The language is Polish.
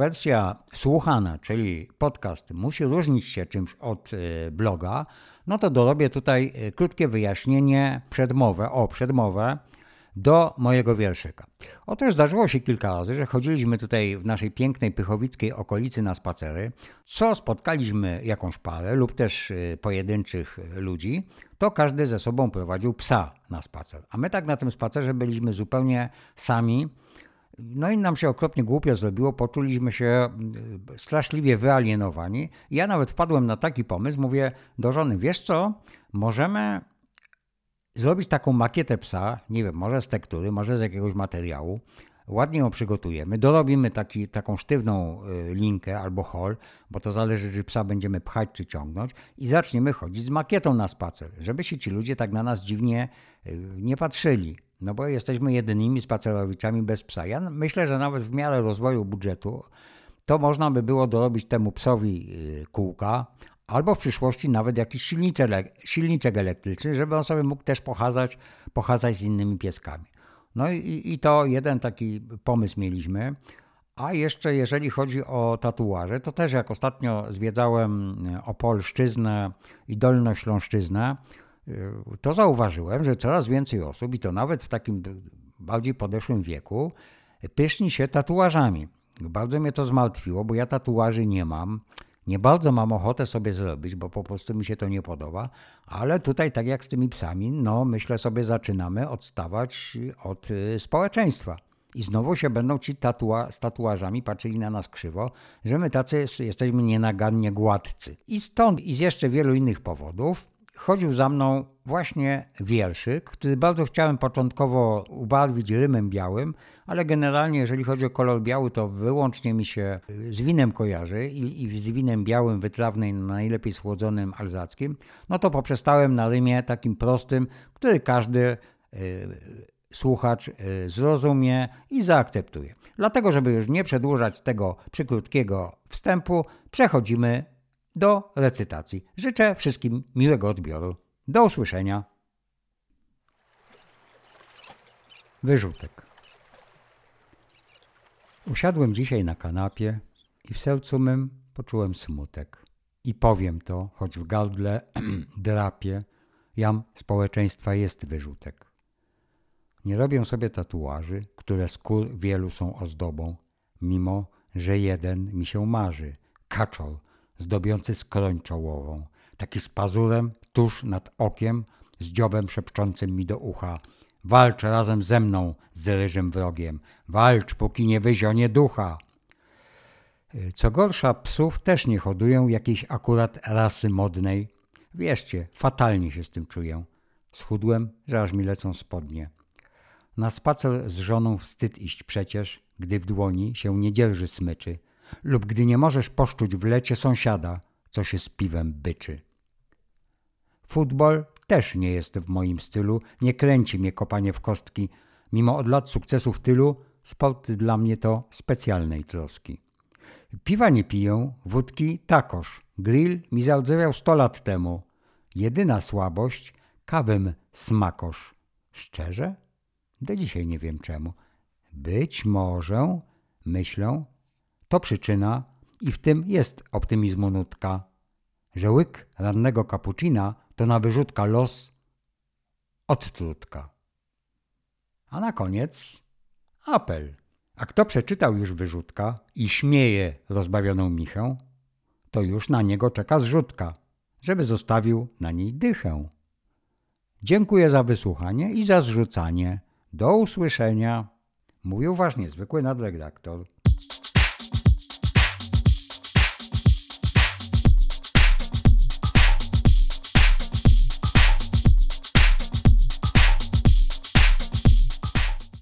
wersja słuchana, czyli podcast, musi różnić się czymś od bloga, no to dorobię tutaj krótkie wyjaśnienie, przedmowę do mojego wierszyka. Otóż zdarzyło się kilka razy, że chodziliśmy tutaj w naszej pięknej pychowickiej okolicy na spacery, co spotkaliśmy jakąś parę lub też pojedynczych ludzi, to każdy ze sobą prowadził psa na spacer. A my tak na tym spacerze byliśmy zupełnie sami. No i nam się okropnie głupio zrobiło, poczuliśmy się straszliwie wyalienowani. Ja nawet wpadłem na taki pomysł, mówię do żony, wiesz co, możemy zrobić taką makietę psa, nie wiem, może z tektury, może z jakiegoś materiału, ładnie ją przygotujemy, dorobimy taką sztywną linkę albo hol, bo to zależy, czy psa będziemy pchać czy ciągnąć i zaczniemy chodzić z makietą na spacer, żeby się ci ludzie tak na nas dziwnie nie patrzyli. No bo jesteśmy jedynymi spacerowiczami bez psa. Ja myślę, że nawet w miarę rozwoju budżetu to można by było dorobić temu psowi kółka, albo w przyszłości nawet jakiś silniczek elektryczny, żeby on sobie mógł też pochadzać z innymi pieskami. No i to jeden taki pomysł mieliśmy. A jeszcze jeżeli chodzi o tatuaże, to też jak ostatnio zwiedzałem Opolszczyznę i Dolnośląszczyznę, to zauważyłem, że coraz więcej osób, i to nawet w takim bardziej podeszłym wieku, pyszni się tatuażami. Bardzo mnie to zmartwiło, bo ja tatuaży nie mam. Nie bardzo mam ochotę sobie zrobić, bo po prostu mi się to nie podoba, ale tutaj tak jak z tymi psami, no myślę sobie zaczynamy odstawać od społeczeństwa. I znowu się będą ci z tatuażami patrzyli na nas krzywo, że my tacy jesteśmy nienagannie gładcy. I stąd i z jeszcze wielu innych powodów chodził za mną właśnie wierszyk, który bardzo chciałem początkowo ubarwić rymem białym, ale generalnie jeżeli chodzi o kolor biały, to wyłącznie mi się z winem kojarzy i z winem białym, wytrawnym, najlepiej schłodzonym alzackim, no to poprzestałem na rymie takim prostym, który każdy słuchacz zrozumie i zaakceptuje. Dlatego, żeby już nie przedłużać tego przykrótkiego wstępu, przechodzimy do recytacji. Życzę wszystkim miłego odbioru. Do usłyszenia. Wyrzutek. Usiadłem dzisiaj na kanapie i w sercu mym poczułem smutek. I powiem to, choć w gardle drapie, jam społeczeństwa jest wyrzutek. Nie robię sobie tatuaży, które skór wielu są ozdobą, mimo że jeden mi się marzy, kaczor, zdobiący skroń czołową, taki z pazurem tuż nad okiem, z dziobem szepczącym mi do ucha. Walcz razem ze mną z ryżym wrogiem, walcz, póki nie wyzionie ducha. Co gorsza, psów też nie hoduję jakiejś akurat rasy modnej. Wierzcie, fatalnie się z tym czuję. Schudłem, że aż mi lecą spodnie. Na spacer z żoną wstyd iść przecież, gdy w dłoni się nie dzierży smyczy, lub gdy nie możesz poszczuć w lecie sąsiada, co się z piwem byczy. Futbol też nie jest w moim stylu, nie kręci mnie kopanie w kostki. Mimo od lat sukcesów tylu, sport dla mnie to specjalnej troski. Piwa nie piję, wódki takoż. Grill mi zardzewiał 100 lat temu. Jedyna słabość, kawem smakosz. Szczerze? Do dzisiaj nie wiem czemu. Być może, myślę, to przyczyna i w tym jest optymizmu nutka, że łyk rannego cappuccina to na wyrzutka los od trutka. A na koniec apel. A kto przeczytał już wyrzutka i śmieje rozbawioną michę, to już na niego czeka zrzutka, żeby zostawił na niej dychę. Dziękuję za wysłuchanie i za zrzucanie. Do usłyszenia. Mówił wasz niezwykły nadredaktor.